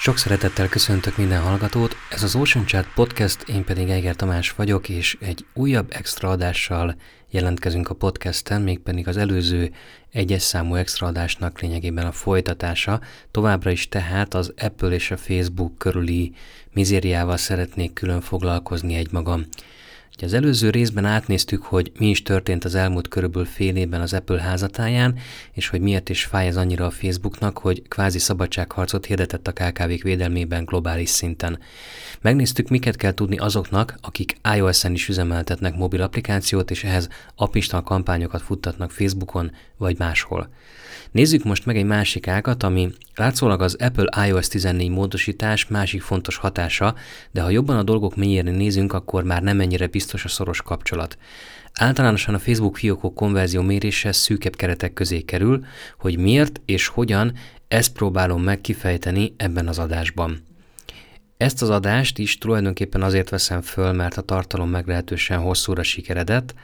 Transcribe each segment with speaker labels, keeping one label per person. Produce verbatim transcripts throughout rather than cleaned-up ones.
Speaker 1: Sok szeretettel köszöntök minden hallgatót, ez az Ocean Chat Podcast, én pedig Eiger Tamás vagyok, és egy újabb extra adással jelentkezünk a podcasten, mégpedig az előző egyes számú extra adásnak lényegében a folytatása. Továbbra is tehát az Apple és a Facebook körüli mizériával szeretnék külön foglalkozni egymagam. Az előző részben átnéztük, hogy mi is történt az elmúlt körülbelül fél évben az Apple házatáján, és hogy miért is fáj ez annyira a Facebooknak, hogy kvázi szabadságharcot hirdetett a ká ká vék védelmében globális szinten. Megnéztük, miket kell tudni azoknak, akik iOS-en is üzemeltetnek mobil applikációt, és ehhez apista kampányokat futtatnak Facebookon vagy máshol. Nézzük most meg egy másik ágat, ami látszólag az Apple iOS tizennégy módosítás másik fontos hatása, de ha jobban a dolgok mélyére nézünk, akkor már nem ennyire biztos a szoros kapcsolat. Általánosan a Facebook fiókok konverzió mérése szűkebb keretek közé kerül, hogy miért és hogyan, ezt próbálom meg kifejteni ebben az adásban. Ezt az adást is tulajdonképpen azért veszem föl, mert a tartalom meglehetősen hosszúra sikeredett,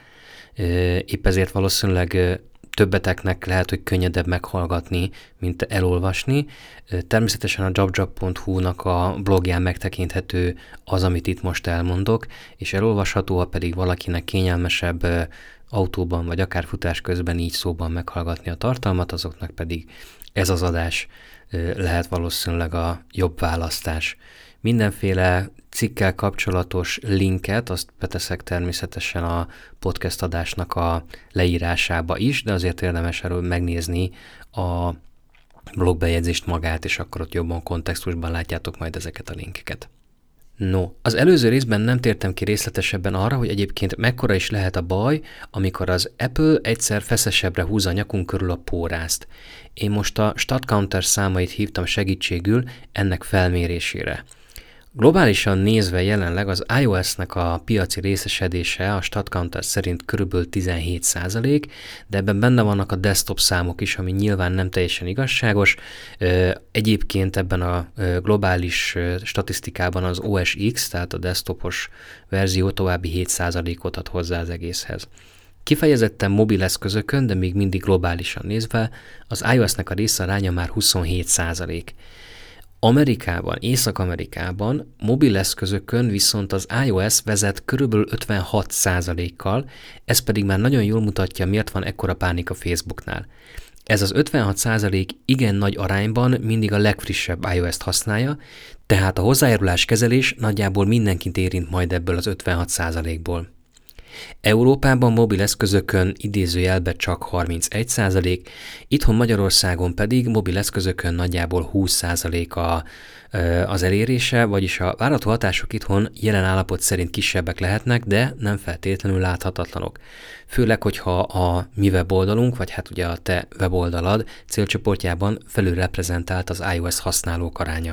Speaker 1: épp ezért valószínűleg többeteknek lehet, hogy könnyedebb meghallgatni, mint elolvasni. Természetesen a jobjob pont hu-nak a blogján megtekinthető az, amit itt most elmondok, és elolvasható, ha pedig valakinek kényelmesebb autóban vagy akár futás közben így szóban meghallgatni a tartalmat, azoknak pedig ez az adás lehet valószínűleg a jobb választás. Mindenféle cikkel kapcsolatos linket, azt beteszek természetesen a podcast adásnak a leírásába is, de azért érdemes erről megnézni a blogbejegyzést magát, és akkor ott jobban kontextusban látjátok majd ezeket a linkeket. No, az előző részben nem tértem ki részletesebben arra, hogy egyébként mekkora is lehet a baj, amikor az Apple egyszer feszesebbre húzza a nyakunk körül a pórázt. Én most a StatCounter számait hívtam segítségül ennek felmérésére. Globálisan nézve jelenleg az iOS-nek a piaci részesedése a StatCounter szerint körülbelül tizenhét százalék, de ebben benne vannak a desktop számok is, ami nyilván nem teljesen igazságos. Egyébként ebben a globális statisztikában az o es iksz, tehát a desktopos verzió további hét százalékot ad hozzá az egészhez. Kifejezetten mobil eszközökön, de még mindig globálisan nézve, az iOS-nek a részaránya már huszonhét százalék. Amerikában, Észak-Amerikában mobileszközökön viszont az iOS vezet körülbelül ötvenhat százalékkal, ez pedig már nagyon jól mutatja, miért van ekkora pánik a Facebooknál. Ez az ötvenhat százalék igen nagy arányban mindig a legfrissebb iOS-t használja, tehát a hozzájárulás kezelés nagyjából mindenkit érint majd ebből az ötvenhat százalékból. Európában mobileszközökön idézőjelbe csak harmincegy százalék, itthon Magyarországon pedig mobileszközökön nagyjából húsz százalék a, az elérése, vagyis a várható hatások itthon jelen állapot szerint kisebbek lehetnek, de nem feltétlenül láthatatlanok. Főleg, hogyha a mi weboldalunk, vagy hát ugye a te weboldalad célcsoportjában felülreprezentált az iOS használók aránya.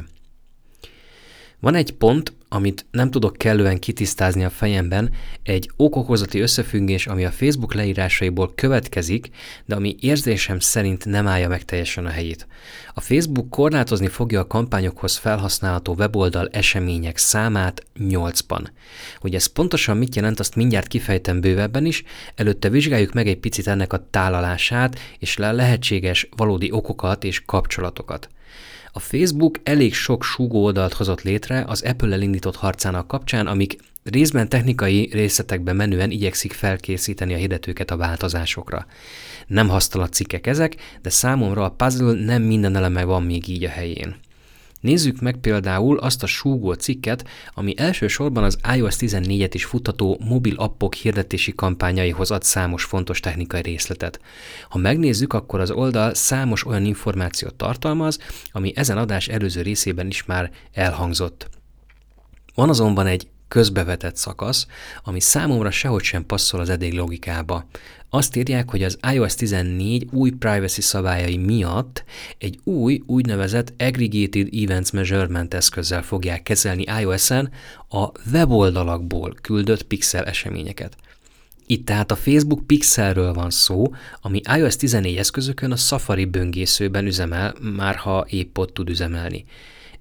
Speaker 1: Van egy pont, amit nem tudok kellően kitisztázni a fejemben, egy ok-okozati összefüggés, ami a Facebook leírásaiból következik, de ami érzésem szerint nem állja meg teljesen a helyét. A Facebook korlátozni fogja a kampányokhoz felhasználható weboldal események számát nyolcban. Hogy ez pontosan mit jelent, azt mindjárt kifejtem bővebben is, előtte vizsgáljuk meg egy picit ennek a tálalását, és le lehetséges valódi okokat és kapcsolatokat. A Facebook elég sok súgó oldalt hozott létre az Apple-lel indított harcának kapcsán, amik részben technikai részletekben menően igyekszik felkészíteni a hirdetőket a változásokra. Nem hasztalat cikkek ezek, de számomra a puzzle nem minden eleme van még így a helyén. Nézzük meg például azt a súgó cikket, ami elsősorban az iOS tizennégyet is futtató mobil appok hirdetési kampányaihoz ad számos fontos technikai részletet. Ha megnézzük, akkor az oldal számos olyan információt tartalmaz, ami ezen adás előző részében is már elhangzott. Van azonban egy közbevetett szakasz, ami számomra sehogy sem passzol az eddig logikába. Azt írják, hogy az iOS tizennégy új privacy szabályai miatt egy új, úgynevezett Aggregated Events Measurement eszközzel fogják kezelni iOS-en a weboldalakból küldött pixel eseményeket. Itt tehát a Facebook Pixelről van szó, ami iOS tizennégy eszközökön a Safari böngészőben üzemel, már ha épp ott tud üzemelni.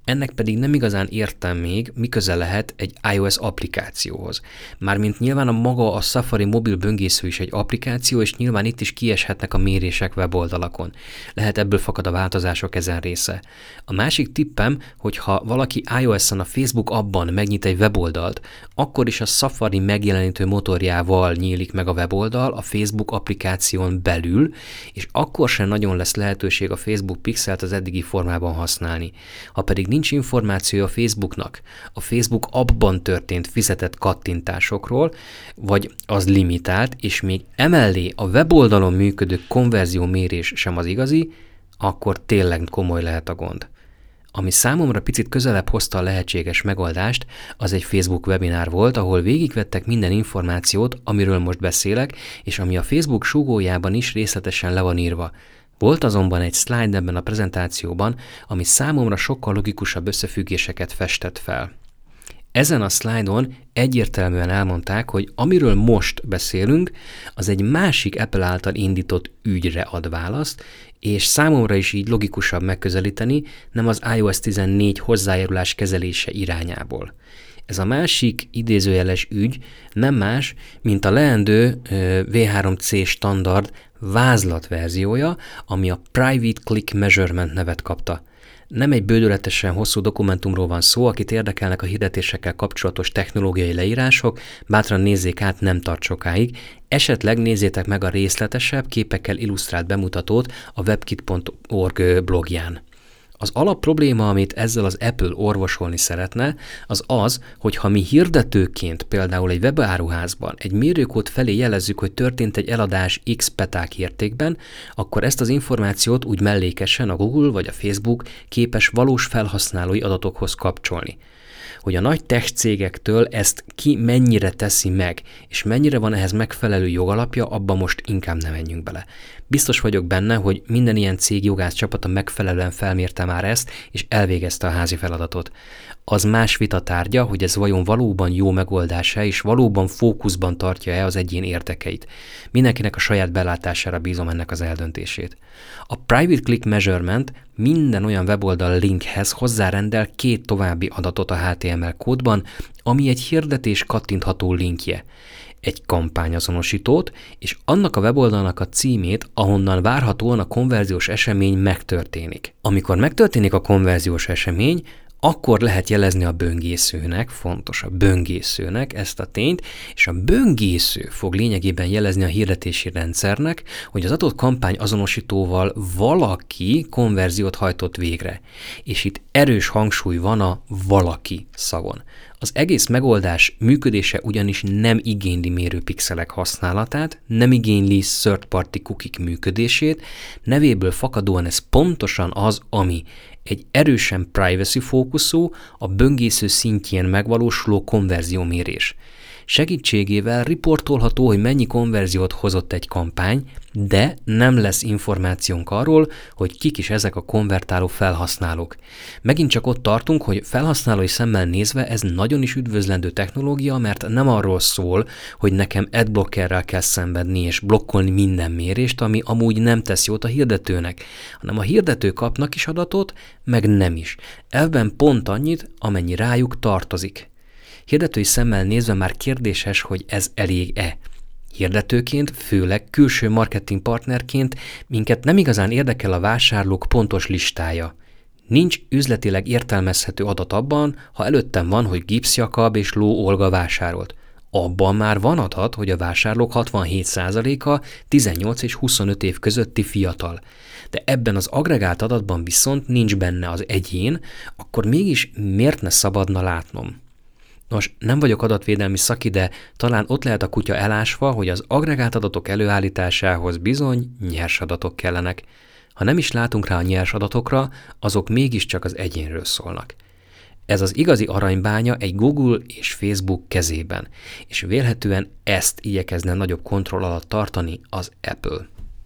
Speaker 1: ennek pedig nem igazán értem még, mi köze lehet egy iOS applikációhoz. Mármint nyilván a maga a Safari mobil böngésző is egy applikáció, és nyilván itt is kieshetnek a mérések weboldalakon. Lehet ebből fakad a változások ezen része. A másik tippem, hogy ha valaki iOS-on a Facebook appban megnyit egy weboldalt, akkor is a Safari megjelenítő motorjával nyílik meg a weboldal a Facebook applikáción belül, és akkor sem nagyon lesz lehetőség a Facebook Pixelt az eddigi formában használni. Ha pedig nincs információ a Facebooknak a Facebook appban történt fizetett kattintásokról, vagy az limitált, és még emellé a weboldalon működő konverziómérés sem az igazi, akkor tényleg komoly lehet a gond. Ami számomra picit közelebb hozta a lehetséges megoldást, az egy Facebook webinár volt, ahol végigvettek minden információt, amiről most beszélek, és ami a Facebook sugójában is részletesen le van írva. Volt azonban egy slide ebben a prezentációban, ami számomra sokkal logikusabb összefüggéseket festett fel. Ezen a szlájdon egyértelműen elmondták, hogy amiről most beszélünk, az egy másik Apple által indított ügyre ad választ, és számomra is így logikusabb megközelíteni, nem az iOS tizennégy hozzájárulás kezelése irányából. Ez a másik idézőjeles ügy nem más, mint a leendő vé három cé standard vázlatverziója, ami a Private Click Measurement nevet kapta. Nem egy bődületesen hosszú dokumentumról van szó, akit érdekelnek a hirdetésekkel kapcsolatos technológiai leírások, bátran nézzék át, nem tart sokáig. Esetleg nézzétek meg a részletesebb, képekkel illusztrált bemutatót a webkit pont org blogján. Az alapprobléma, amit ezzel az Apple orvosolni szeretne, az az, hogy ha mi hirdetőként például egy webáruházban egy mérőkód felé jelezzük, hogy történt egy eladás X peták értékben, akkor ezt az információt úgy mellékesen a Google vagy a Facebook képes valós felhasználói adatokhoz kapcsolni. Hogy a nagy tech cégektől ezt ki mennyire teszi meg, és mennyire van ehhez megfelelő jogalapja, abba most inkább ne menjünk bele. Biztos vagyok benne, hogy minden ilyen cég jogász csapata megfelelően felmérte már ezt, és elvégezte a házi feladatot. Az más vita tárgya, hogy ez vajon valóban jó megoldása, és valóban fókuszban tartja-e az egyén érdekeit. Mindenkinek a saját belátására bízom ennek az eldöntését. A Private Click Measurement minden olyan weboldal linkhez hozzárendel két további adatot a há té em el kódban, ami egy hirdetés kattintható linkje. Egy kampányazonosítót, és annak a weboldalnak a címét, ahonnan várhatóan a konverziós esemény megtörténik. Amikor megtörténik a konverziós esemény, akkor lehet jelezni a böngészőnek, fontos a böngészőnek ezt a tényt, és a böngésző fog lényegében jelezni a hirdetési rendszernek, hogy az adott kampány azonosítóval valaki konverziót hajtott végre. És itt erős hangsúly van a valaki szagon. Az egész megoldás működése ugyanis nem igényli mérőpixelek használatát, nem igényli third-party cookiek működését, nevéből fakadóan ez pontosan az, ami egy erősen privacy fókuszú, a böngésző szintjén megvalósuló konverziómérés. Segítségével riportolható, hogy mennyi konverziót hozott egy kampány, de nem lesz információnk arról, hogy kik is ezek a konvertáló felhasználók. Megint csak ott tartunk, hogy felhasználói szemmel nézve ez nagyon is üdvözlendő technológia, mert nem arról szól, hogy nekem adblockerrel kell szenvedni és blokkolni minden mérést, ami amúgy nem tesz jót a hirdetőnek, hanem a hirdetők kapnak is adatot, meg nem is. Elvben pont annyit, amennyi rájuk tartozik. Hirdetői szemmel nézve már kérdéses, hogy ez elég-e. Hirdetőként, főleg külső marketing partnerként minket nem igazán érdekel a vásárlók pontos listája. Nincs üzletileg értelmezhető adat abban, ha előttem van, hogy Gibbs Jakab és Ló Olga vásárolt. Abban már van adat, hogy a vásárlók hatvanhét százaléka tizennyolc és huszonöt év közötti fiatal. De ebben az agregált adatban viszont nincs benne az egyén, akkor mégis miért ne szabadna látnom? Nos, nem vagyok adatvédelmi szaki, de talán ott lehet a kutya elásva, hogy az agregált adatok előállításához bizony nyers adatok kellenek. Ha nem is látunk rá a nyers adatokra, azok mégiscsak az egyénről szólnak. Ez az igazi aranybánya egy Google és Facebook kezében, és vélhetően ezt igyekezne nagyobb kontroll alatt tartani az Apple.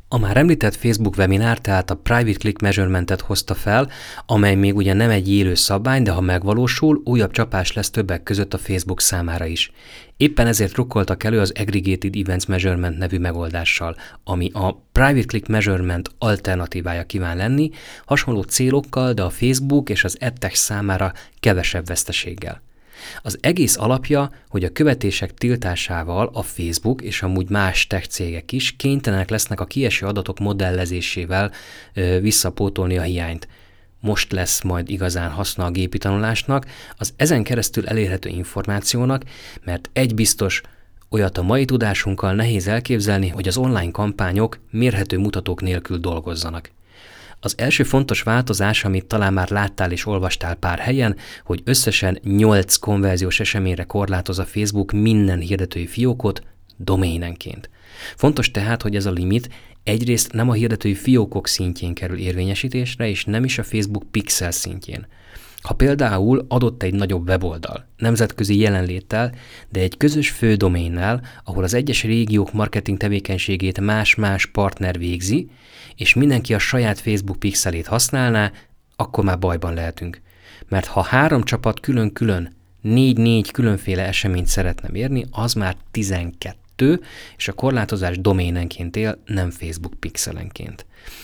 Speaker 1: A már említett Facebook webinár tehát a Private Click Measurement-et hozta fel, amely még ugye nem egy élő szabvány, de ha megvalósul, újabb csapás lesz többek között a Facebook számára is. Éppen ezért rukkoltak elő az Aggregated Events Measurement nevű megoldással, ami a Private Click Measurement alternatívája kíván lenni, hasonló célokkal, de a Facebook és az AdTech számára kevesebb veszteséggel. Az egész alapja, hogy a követések tiltásával a Facebook és amúgy más tech cégek is kénytelenek lesznek a kieső adatok modellezésével ö, visszapótolni a hiányt. Most lesz majd igazán haszna a gépi tanulásnak, az ezen keresztül elérhető információnak, mert egy biztos, olyat a mai tudásunkkal nehéz elképzelni, hogy az online kampányok mérhető mutatók nélkül dolgozzanak. Az első fontos változás, amit talán már láttál és olvastál pár helyen, hogy összesen nyolc konverziós eseményre korlátoz a Facebook minden hirdetői fiókot doménenként. Fontos tehát, hogy ez a limit egyrészt nem a hirdetői fiókok szintjén kerül érvényesítésre, és nem is a Facebook pixel szintjén. Ha például adott egy nagyobb weboldal, nemzetközi jelenléttel, de egy közös fődoménnel, ahol az egyes régiók marketing tevékenységét más-más partner végzi, és mindenki a saját Facebook pixelét használná, akkor már bajban lehetünk. Mert ha három csapat külön-külön négy-négy különféle eseményt szeretne mérni, az már tizenkettő, és a korlátozás doménenként él, nem Facebook pixelenként.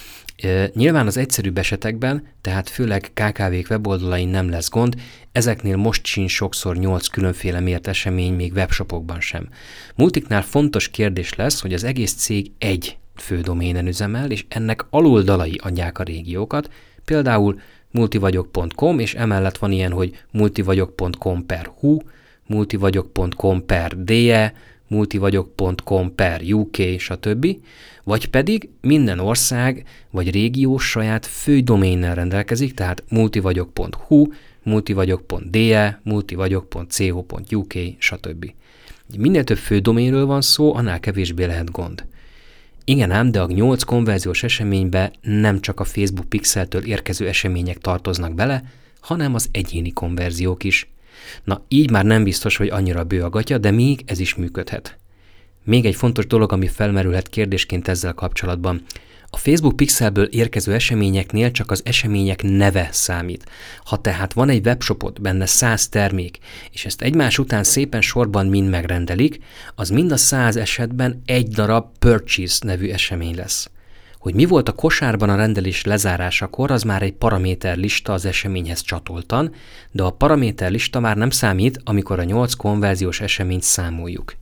Speaker 1: E, nyilván az egyszerűbb esetekben, tehát főleg ká ká vék weboldalain nem lesz gond, ezeknél most sincs sokszor nyolc különféle mért esemény, még webshopokban sem. Multiknál fontos kérdés lesz, hogy az egész cég egy fődoménen üzemel, és ennek aloldalai adják a régiókat, például multivagyok pont com, és emellett van ilyen, hogy multivagyok pont com per hu, multivagyok pont com per de, multivagyok pont com per uk, stb. Vagy pedig minden ország vagy régió saját fődoménnel rendelkezik, tehát multivagyok pont hu, multivagyok pont de, multivagyok pont co pont uk, stb. Minél több fődoménről van szó, annál kevésbé lehet gond. Igen ám, de a nyolc konverziós eseménybe nem csak a Facebook pixeltől érkező események tartoznak bele, hanem az egyéni konverziók is. Na, így már nem biztos, hogy annyira bő a gatya, de még ez is működhet. Még egy fontos dolog, ami felmerülhet kérdésként ezzel kapcsolatban. A Facebook pixelből érkező eseményeknél csak az események neve számít. Ha tehát van egy webshopod, benne száz termék, és ezt egymás után szépen sorban mind megrendelik, az mind a száz esetben egy darab purchase nevű esemény lesz. Hogy mi volt a kosárban a rendelés lezárásakor, az már egy paraméterlista az eseményhez csatoltan, de a paraméterlista már nem számít, amikor a nyolc konverziós eseményt számoljuk.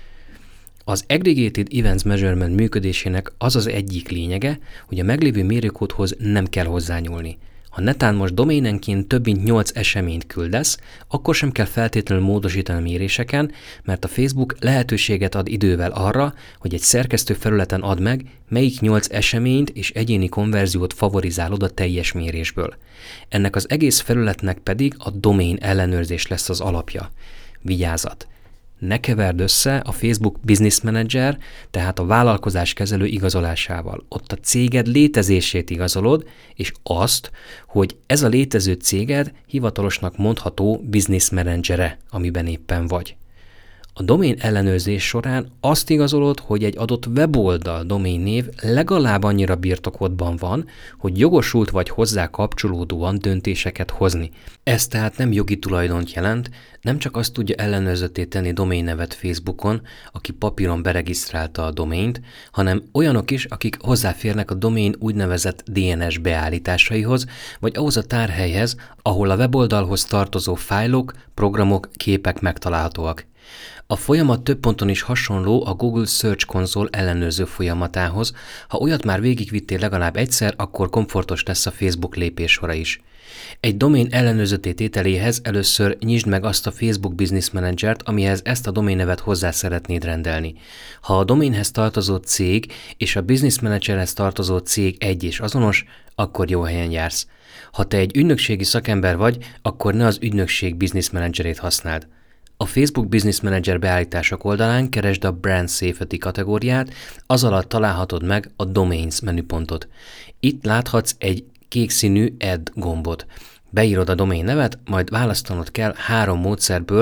Speaker 1: Az Aggregated Events Measurement működésének az az egyik lényege, hogy a meglévő mérőkódhoz nem kell hozzányúlni. Ha netán most doménenként több mint nyolc eseményt küldesz, akkor sem kell feltétlenül módosítani a méréseken, mert a Facebook lehetőséget ad idővel arra, hogy egy szerkesztő felületen ad meg, melyik nyolc eseményt és egyéni konverziót favorizálod a teljes mérésből. Ennek az egész felületnek pedig a domén ellenőrzés lesz az alapja. Vigyázat! Ne keverd össze a Facebook Business Manager, tehát a vállalkozás kezelő igazolásával. Ott a céged létezését igazolod, és azt, hogy ez a létező céged hivatalosnak mondható Business Managere, amiben éppen vagy. A domén ellenőrzés során azt igazolod, hogy egy adott weboldal doménnév legalább annyira birtokodban van, hogy jogosult vagy hozzá kapcsolódóan döntéseket hozni. Ez tehát nem jogi tulajdont jelent, nem csak azt tudja ellenőrzötté tenni doménnevet Facebookon, aki papíron beregisztrálta a domént, hanem olyanok is, akik hozzáférnek a domén úgynevezett dé en es beállításaihoz, vagy ahhoz a tárhelyhez, ahol a weboldalhoz tartozó fájlok, programok, képek megtalálhatóak. A folyamat több ponton is hasonló a Google Search Console ellenőrző folyamatához. Ha olyat már végigvittél legalább egyszer, akkor komfortos lesz a Facebook lépéssora is. Egy domén ellenőrzötté tételéhez először nyisd meg azt a Facebook Business Managert, amihez ezt a doménnevet hozzá szeretnéd rendelni. Ha a doménhez tartozó cég és a Business Managerhez tartozó cég egy és azonos, akkor jó helyen jársz. Ha te egy ügynökségi szakember vagy, akkor ne az ügynökség Business Managerét használd. A Facebook Business Manager beállítások oldalán keresd a Brand Safety kategóriát, az alatt találhatod meg a Domains menüpontot. Itt láthatsz egy kék színű Add gombot. Beírod a domain nevet, majd választanod kell három módszerből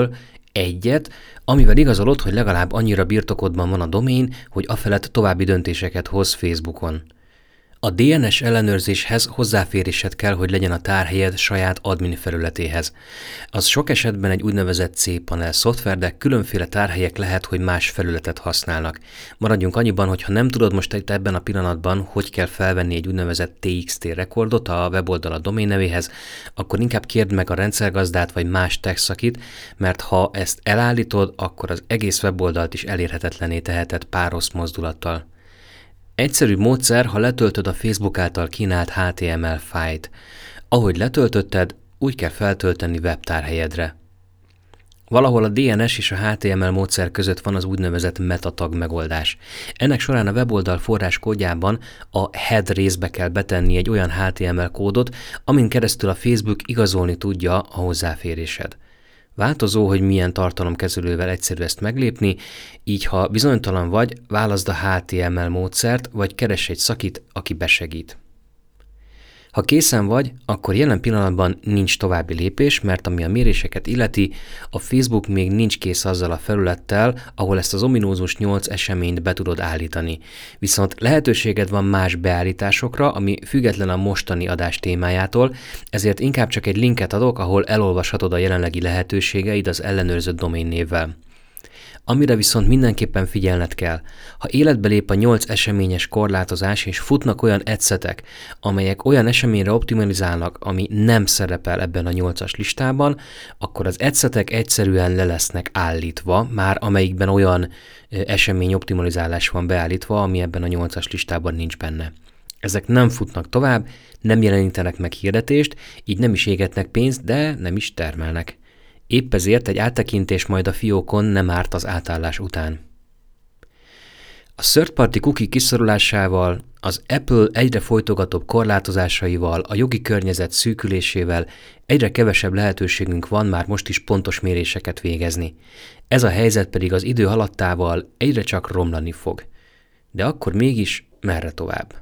Speaker 1: Egyet, amivel igazolod, hogy legalább annyira birtokodban van a domén, hogy afelett további döntéseket hoz Facebookon. A dé en es ellenőrzéshez hozzáférésed kell, hogy legyen a tárhelyed saját admin felületéhez. Az sok esetben egy úgynevezett cPanel szoftver, de különféle tárhelyek lehet, hogy más felületet használnak. Maradjunk annyiban, hogy ha nem tudod most itt ebben a pillanatban, hogy kell felvenni egy úgynevezett té iksz té rekordot a weboldal a domén nevéhez, akkor inkább kérd meg a rendszergazdát vagy más tech szakit, mert ha ezt elállítod, akkor az egész weboldalt is elérhetetlené teheted pár rossz mozdulattal. Egyszerű módszer, ha letöltöd a Facebook által kínált há té em el fájlt. Ahogy letöltötted, úgy kell feltölteni webtárhelyedre. Valahol a dé en es és a há té em el módszer között van az úgynevezett metatag megoldás. Ennek során a weboldal forráskódjában a head részbe kell betenni egy olyan há té em el kódot, amin keresztül a Facebook igazolni tudja a hozzáférésed. Változó, hogy milyen tartalomkezelővel egyszerű ezt meglépni, így ha bizonytalan vagy, válaszd a há té em el módszert, vagy keress egy szakit, aki besegít. Ha készen vagy, akkor jelen pillanatban nincs további lépés, mert ami a méréseket illeti, a Facebook még nincs kész azzal a felülettel, ahol ezt az ominózus nyolc eseményt be tudod állítani. Viszont lehetőséged van más beállításokra, ami független a mostani adás témájától, ezért inkább csak egy linket adok, ahol elolvashatod a jelenlegi lehetőségeid az ellenőrzött doménnévvel. Amire viszont mindenképpen figyelned kell. Ha életbe lép a nyolc eseményes korlátozás és futnak olyan adsetek, amelyek olyan eseményre optimalizálnak, ami nem szerepel ebben a nyolcas listában, akkor az adsetek egyszerűen le lesznek állítva, már amelyikben olyan esemény optimalizálás van beállítva, ami ebben a nyolcas listában nincs benne. Ezek nem futnak tovább, nem jelenítenek meg hirdetést, így nem is égetnek pénzt, de nem is termelnek. Épp ezért egy áttekintés majd a fiókon nem árt az átállás után. A third-party cookie kiszorulásával, az Apple egyre folytogatóbb korlátozásaival, a jogi környezet szűkülésével egyre kevesebb lehetőségünk van már most is pontos méréseket végezni. Ez a helyzet pedig az idő haladtával egyre csak romlani fog. De akkor mégis merre tovább?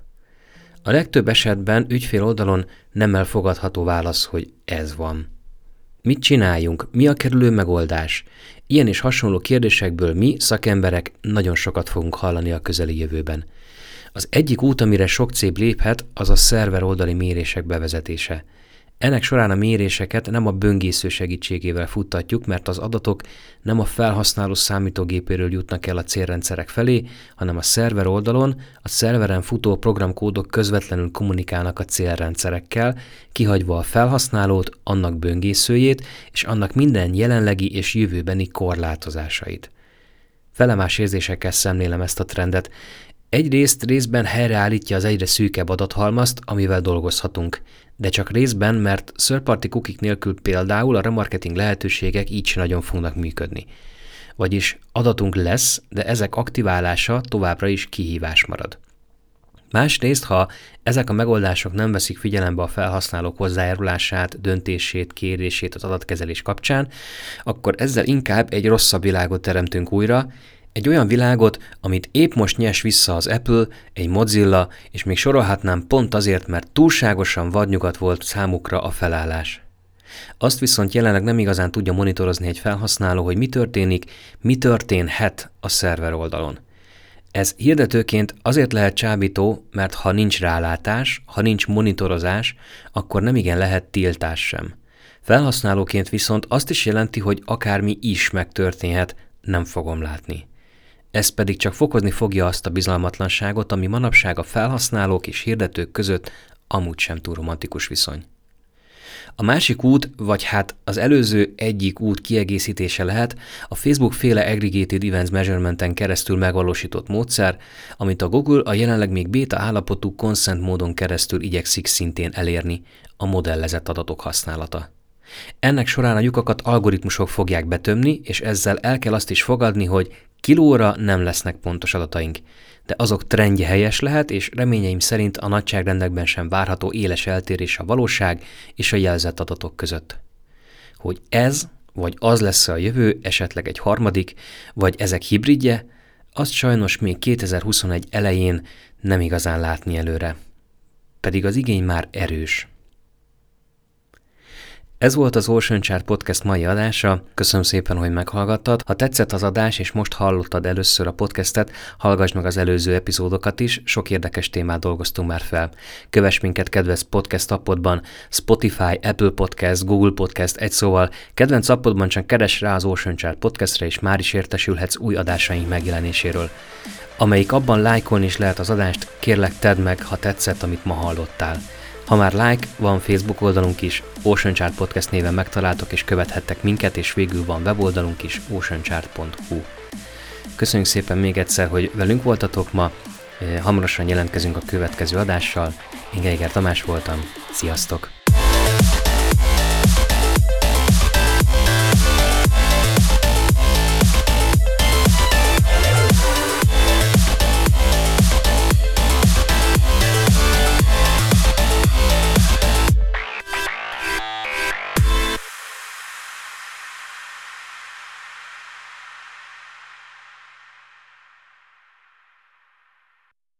Speaker 1: A legtöbb esetben ügyfél oldalon nem elfogadható válasz, hogy ez van. Mit csináljunk? Mi a kerülő megoldás? Ilyen és hasonló kérdésekből mi, szakemberek, nagyon sokat fogunk hallani a közeli jövőben. Az egyik út, amire sok cég léphet, az a szerver oldali mérések bevezetése. Ennek során a méréseket nem a böngésző segítségével futtatjuk, mert az adatok nem a felhasználó számítógépéről jutnak el a célrendszerek felé, hanem a szerver oldalon, a szerveren futó programkódok közvetlenül kommunikálnak a célrendszerekkel, kihagyva a felhasználót, annak böngészőjét és annak minden jelenlegi és jövőbeni korlátozásait. Felemás érzésekkel szemlélem ezt a trendet. Egyrészt részben helyreállítja az egyre szűkebb adathalmazt, amivel dolgozhatunk, de csak részben, mert third-party cookik nélkül például a remarketing lehetőségek így sem nagyon fognak működni. Vagyis adatunk lesz, de ezek aktiválása továbbra is kihívás marad. Másrészt, ha ezek a megoldások nem veszik figyelembe a felhasználók hozzájárulását, döntését, kérését az adatkezelés kapcsán, akkor ezzel inkább egy rosszabb világot teremtünk újra, egy olyan világot, amit épp most nyers vissza az Apple, egy Mozilla, és még sorolhatnám pont azért, mert túlságosan vadnyugat volt számukra a felállás. Azt viszont jelenleg nem igazán tudja monitorozni egy felhasználó, hogy mi történik, mi történhet a szerver oldalon. Ez hirdetőként azért lehet csábító, mert ha nincs rálátás, ha nincs monitorozás, akkor nem igen lehet tiltás sem. Felhasználóként viszont azt is jelenti, hogy akármi is megtörténhet, nem fogom látni. Ez pedig csak fokozni fogja azt a bizalmatlanságot, ami manapság a felhasználók és hirdetők között amúgy sem túl romantikus viszony. A másik út, vagy hát az előző egyik út kiegészítése lehet a Facebook féle Aggregated Events Measurementen keresztül megvalósított módszer, amit a Google a jelenleg még béta állapotú consent módon keresztül igyekszik szintén elérni, a modellezett adatok használata. Ennek során a lyukakat algoritmusok fogják betömni, és ezzel el kell azt is fogadni, hogy kilóra nem lesznek pontos adataink, de azok trendje helyes lehet, és reményeim szerint a nagyságrendekben sem várható éles eltérés a valóság és a jelzett adatok között. Hogy ez vagy az lesz a jövő, esetleg egy harmadik, vagy ezek hibridje, azt sajnos még kétezer-huszonegy elején nem igazán látni előre. Pedig az igény már erős. Ez volt az Ocean Chart Podcast mai adása, köszönöm szépen, hogy meghallgattad. Ha tetszett az adás, és most hallottad először a podcastet, hallgass meg az előző epizódokat is, sok érdekes témát dolgoztunk már fel. Kövess minket kedvenc podcast appodban, Spotify, Apple Podcast, Google Podcast, egy szóval, kedvenc appodban csak keresd rá az Ocean Chart Podcastre, és már is értesülhetsz új adásaink megjelenéséről. Amelyik abban lájkolni is lehet az adást, kérlek tedd meg, ha tetszett, amit ma hallottál. Ha már like, van Facebook oldalunk is, Ocean Chart Podcast néven megtaláltok és követhettek minket, és végül van weboldalunk is, ocean chart pont hu. Köszönjük szépen még egyszer, hogy velünk voltatok ma, hamarosan jelentkezünk a következő adással. Én Geiger Tamás voltam, sziasztok!